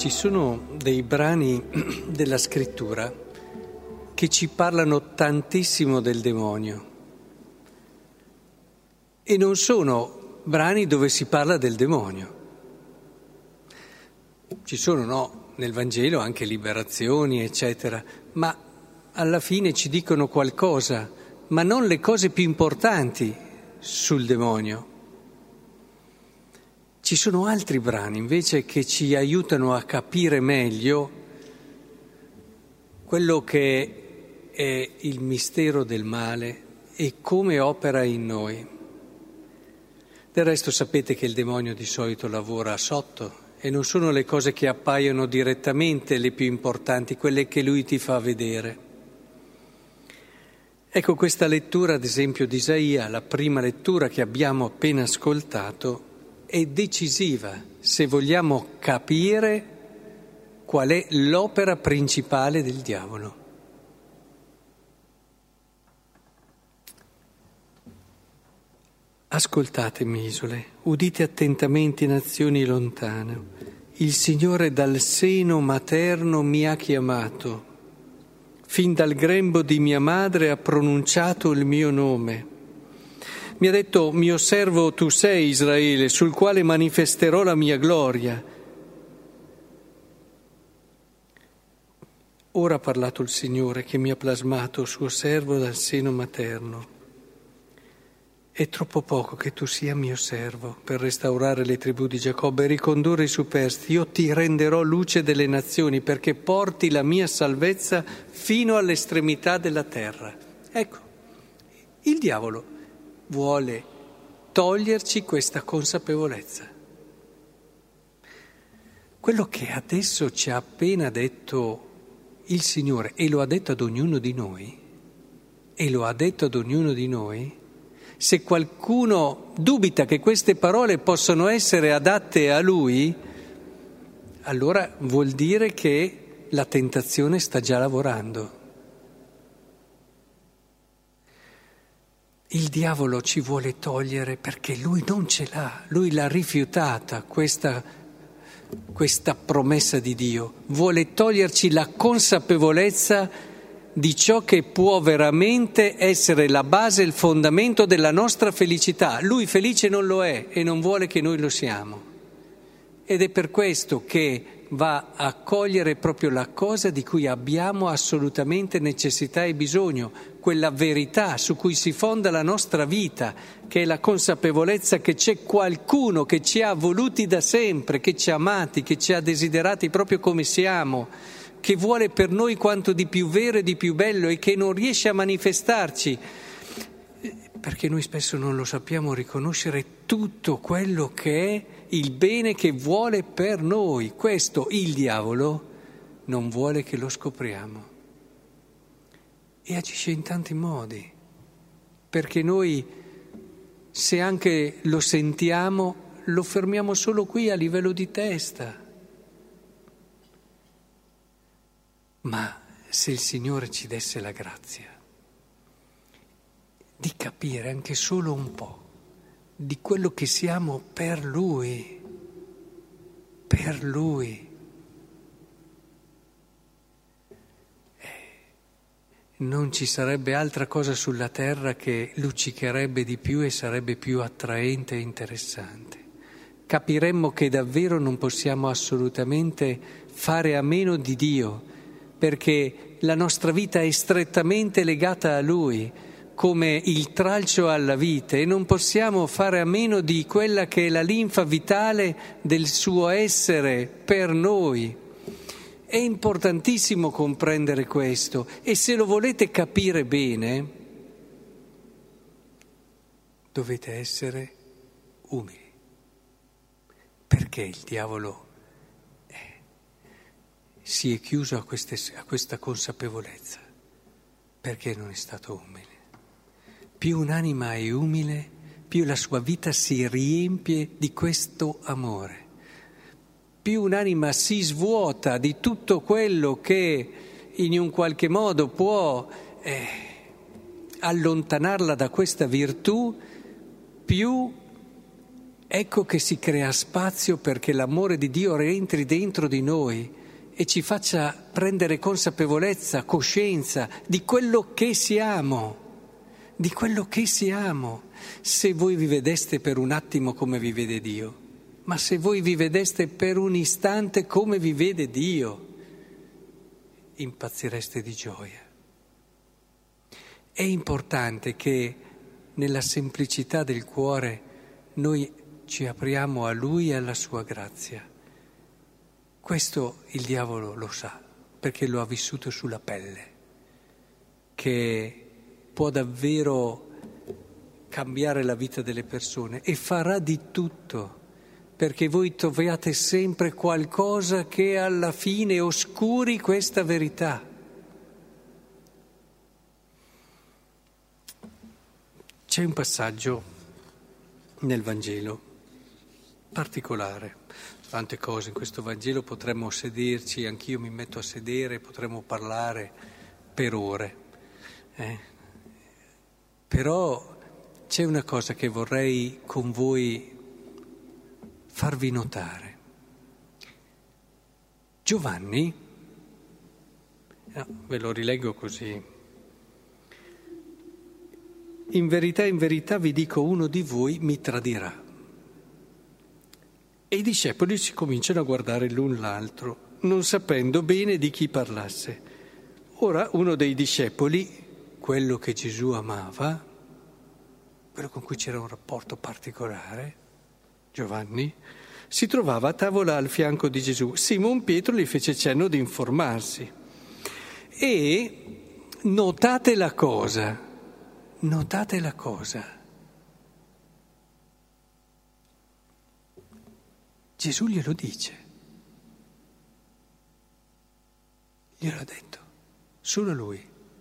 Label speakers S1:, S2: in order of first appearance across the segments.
S1: Ci sono dei brani della scrittura che ci parlano tantissimo del demonio e non sono brani dove si parla del demonio. Ci sono, no, nel Vangelo anche liberazioni, eccetera, ma alla fine ci dicono qualcosa, ma non le cose più importanti sul demonio. Ci sono altri brani invece che ci aiutano a capire meglio quello che è il mistero del male e come opera in noi. Del resto sapete che il demonio di solito lavora sotto e non sono le cose che appaiono direttamente le più importanti, quelle che lui ti fa vedere. Ecco, questa lettura, ad esempio, di Isaia, la prima lettura che abbiamo appena ascoltato, è decisiva se vogliamo capire qual è l'opera principale del diavolo. Ascoltatemi, isole, udite attentamente, nazioni lontane. Il Signore dal seno materno mi ha chiamato, fin dal grembo di mia madre ha pronunciato il mio nome. Mi ha detto: mio servo tu sei, Israele, sul quale manifesterò la mia gloria. Ora ha parlato il Signore che mi ha plasmato suo servo dal seno materno. È troppo poco che tu sia mio servo per restaurare le tribù di Giacobbe e ricondurre i superstiti. Io ti renderò luce delle nazioni perché porti la mia salvezza fino all'estremità della terra. Ecco, il diavolo vuole toglierci questa consapevolezza. Quello che adesso ci ha appena detto il Signore, e lo ha detto ad ognuno di noi, se qualcuno dubita che queste parole possano essere adatte a lui, allora vuol dire che la tentazione sta già lavorando. Il diavolo ci vuole togliere perché lui non ce l'ha, lui l'ha rifiutata questa promessa di Dio, vuole toglierci la consapevolezza di ciò che può veramente essere la base, il fondamento della nostra felicità. Lui felice non lo è e non vuole che noi lo siamo. Ed è per questo che va a cogliere proprio la cosa di cui abbiamo assolutamente necessità e bisogno, quella verità su cui si fonda la nostra vita, che è la consapevolezza che c'è qualcuno che ci ha voluti da sempre, che ci ha amati, che ci ha desiderati proprio come siamo, che vuole per noi quanto di più vero e di più bello e che non riesce a manifestarci, perché noi spesso non lo sappiamo riconoscere tutto quello che è il bene che vuole per noi. Questo il diavolo non vuole che lo scopriamo. E agisce in tanti modi, perché noi, se anche lo sentiamo, lo fermiamo solo qui a livello di testa. Ma se il Signore ci desse la grazia di capire anche solo un po' di quello che siamo per Lui, non ci sarebbe altra cosa sulla terra che luccicherebbe di più e sarebbe più attraente e interessante. Capiremmo che davvero non possiamo assolutamente fare a meno di Dio, perché la nostra vita è strettamente legata a Lui, come il tralcio alla vite, e non possiamo fare a meno di quella che è la linfa vitale del suo essere per noi. È importantissimo comprendere questo e se lo volete capire bene, dovete essere umili, perché il diavolo si è chiuso a questa consapevolezza, perché non è stato umile. Più un'anima è umile, più la sua vita si riempie di questo amore. Più un'anima si svuota di tutto quello che in un qualche modo può allontanarla da questa virtù, più ecco che si crea spazio perché l'amore di Dio rientri dentro di noi e ci faccia prendere consapevolezza, coscienza di quello che siamo, di quello che siamo. Se voi vi vedeste per un attimo come vi vede Dio, ma se voi vi vedeste per un istante come vi vede Dio, impazzireste di gioia. È importante che nella semplicità del cuore noi ci apriamo a Lui e alla Sua grazia. Questo il diavolo lo sa, perché lo ha vissuto sulla pelle, che può davvero cambiare la vita delle persone e farà di tutto perché voi troviate sempre qualcosa che alla fine oscuri questa verità. C'è un passaggio nel Vangelo particolare. Tante cose in questo Vangelo, potremmo sederci, anch'io mi metto a sedere, potremmo parlare per ore. Però c'è una cosa che vorrei con voi farvi notare. Giovanni, ve lo rileggo così. In verità vi dico, uno di voi mi tradirà. E i discepoli si cominciano a guardare l'un l'altro, non sapendo bene di chi parlasse. Ora uno dei discepoli, quello che Gesù amava, quello con cui c'era un rapporto particolare, Giovanni, si trovava a tavola al fianco di Gesù. Simon Pietro gli fece cenno di informarsi. E notate la cosa. Gesù glielo dice, glielo ha detto, solo lui.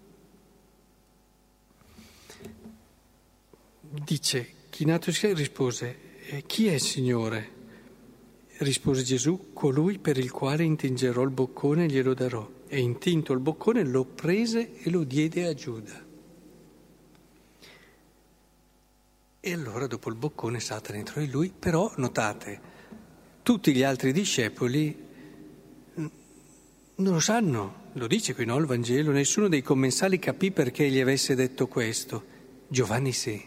S1: Dice, chinatosi rispose, chi è il Signore? Rispose Gesù, colui per il quale intingerò il boccone e glielo darò. E intinto il boccone lo prese e lo diede a Giuda. E allora dopo il boccone Satana entrò in lui, però notate, tutti gli altri discepoli non lo sanno, lo dice qui, no, il Vangelo, nessuno dei commensali capì perché gli avesse detto questo. Giovanni sì.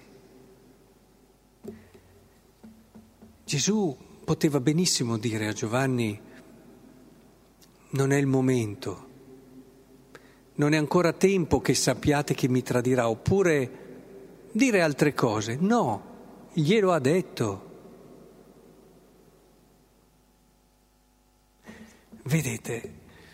S1: Gesù poteva benissimo dire a Giovanni, non è il momento, non è ancora tempo che sappiate che mi tradirà, oppure dire altre cose. No, glielo ha detto. Vedete,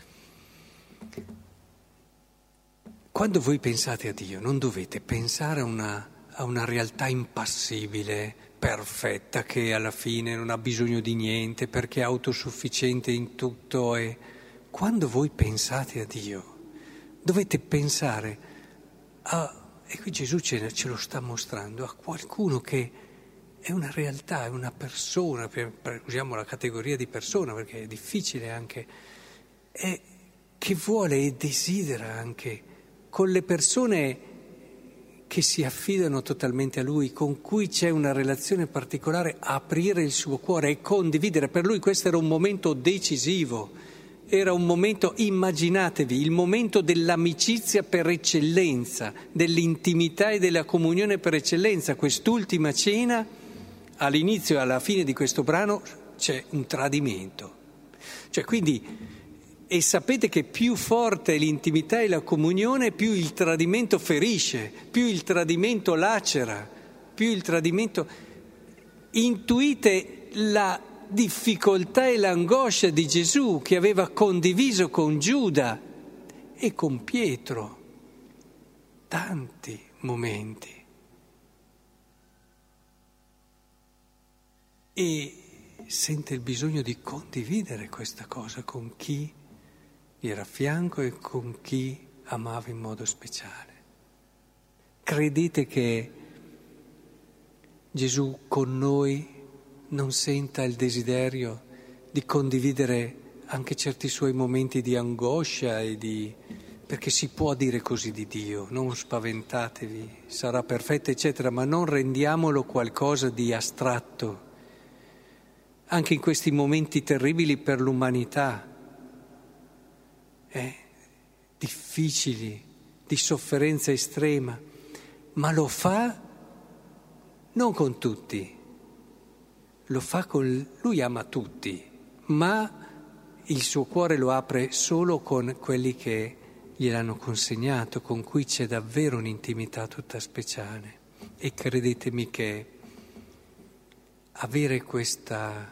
S1: quando voi pensate a Dio non dovete pensare a una realtà impassibile, perfetta, che alla fine non ha bisogno di niente perché è autosufficiente in tutto. E quando voi pensate a Dio dovete pensare e qui Gesù ce lo sta mostrando, a qualcuno che è una realtà, è una persona, usiamo la categoria di persona perché è difficile anche, che vuole e desidera anche con le persone che si affidano totalmente a Lui, con cui c'è una relazione particolare, aprire il suo cuore e condividere. Per Lui questo era un momento decisivo, era un momento, immaginatevi, il momento dell'amicizia per eccellenza, dell'intimità e della comunione per eccellenza. Quest'ultima cena, all'inizio e alla fine di questo brano, c'è un tradimento. Cioè, quindi, e sapete che più forte è l'intimità e la comunione, più il tradimento ferisce, più il tradimento lacera, più il tradimento... Intuite la difficoltà e l'angoscia di Gesù che aveva condiviso con Giuda e con Pietro tanti momenti. E sente il bisogno di condividere questa cosa con chi gli era a fianco e con chi amava in modo speciale. Credete che Gesù con noi non senta il desiderio di condividere anche certi suoi momenti di angoscia perché si può dire così di Dio, non spaventatevi, sarà perfetto eccetera, ma non rendiamolo qualcosa di astratto, anche in questi momenti terribili per l'umanità, difficili, di sofferenza estrema, ma lo fa non con tutti, lo fa con... Lui ama tutti, ma il suo cuore lo apre solo con quelli che gliel'hanno consegnato, con cui c'è davvero un'intimità tutta speciale. E credetemi che avere questo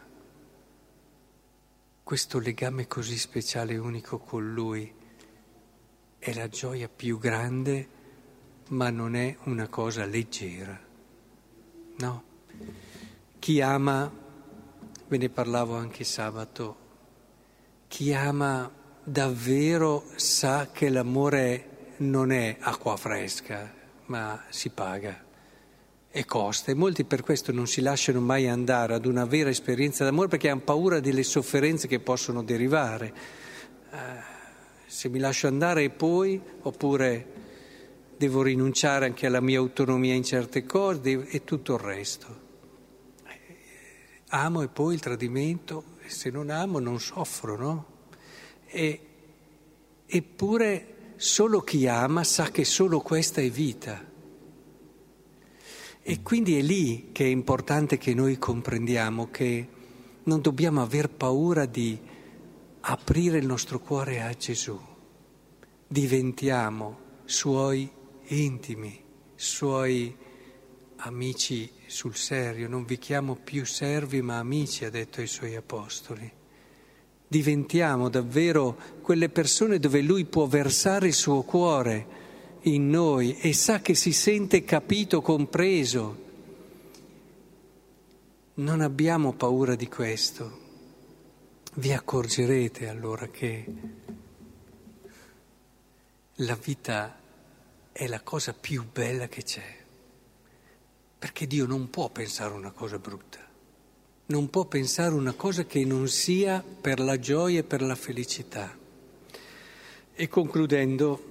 S1: legame così speciale e unico con Lui è la gioia più grande, ma non è una cosa leggera, no? Chi ama, ve ne parlavo anche sabato, chi ama davvero sa che l'amore non è acqua fresca, ma si paga e costa. E molti per questo non si lasciano mai andare ad una vera esperienza d'amore perché hanno paura delle sofferenze che possono derivare. Se mi lascio andare e poi, oppure devo rinunciare anche alla mia autonomia in certe cose e tutto il resto. Amo e poi il tradimento, e se non amo non soffro, no? Eppure solo chi ama sa che solo questa è vita. E quindi è lì che è importante che noi comprendiamo che non dobbiamo aver paura di aprire il nostro cuore a Gesù. Diventiamo suoi intimi, suoi amici sul serio. Non vi chiamo più servi ma amici, ha detto ai suoi apostoli. Diventiamo davvero quelle persone dove Lui può versare il suo cuore in noi e sa che si sente capito, compreso. Non abbiamo paura di questo. Vi accorgerete allora che la vita è la cosa più bella che c'è, perché Dio non può pensare una cosa brutta. Non può pensare una cosa che non sia per la gioia e per la felicità. E concludendo,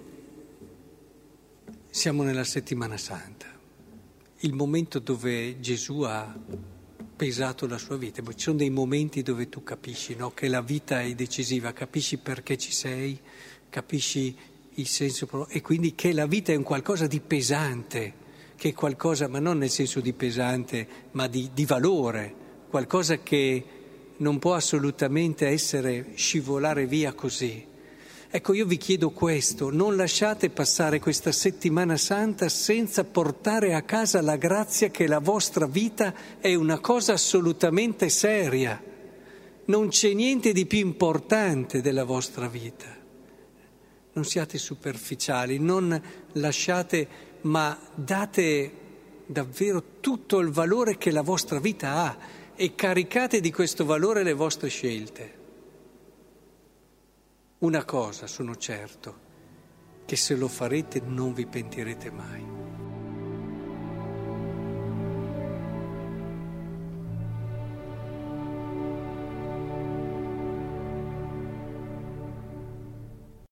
S1: siamo nella Settimana Santa, il momento dove Gesù ha pesato la sua vita. Ci sono dei momenti dove tu capisci, no? Che la vita è decisiva, capisci perché ci sei, capisci il senso, e quindi che la vita è un qualcosa di pesante, che è qualcosa, ma non nel senso di pesante, ma di valore. Qualcosa che non può assolutamente essere scivolare via così. Ecco, io vi chiedo questo, non lasciate passare questa Settimana Santa senza portare a casa la grazia che la vostra vita è una cosa assolutamente seria. Non c'è niente di più importante della vostra vita. Non siate superficiali, non lasciate, ma date davvero tutto il valore che la vostra vita ha. E caricate di questo valore le vostre scelte. Una cosa sono certo, che se lo farete non vi pentirete mai.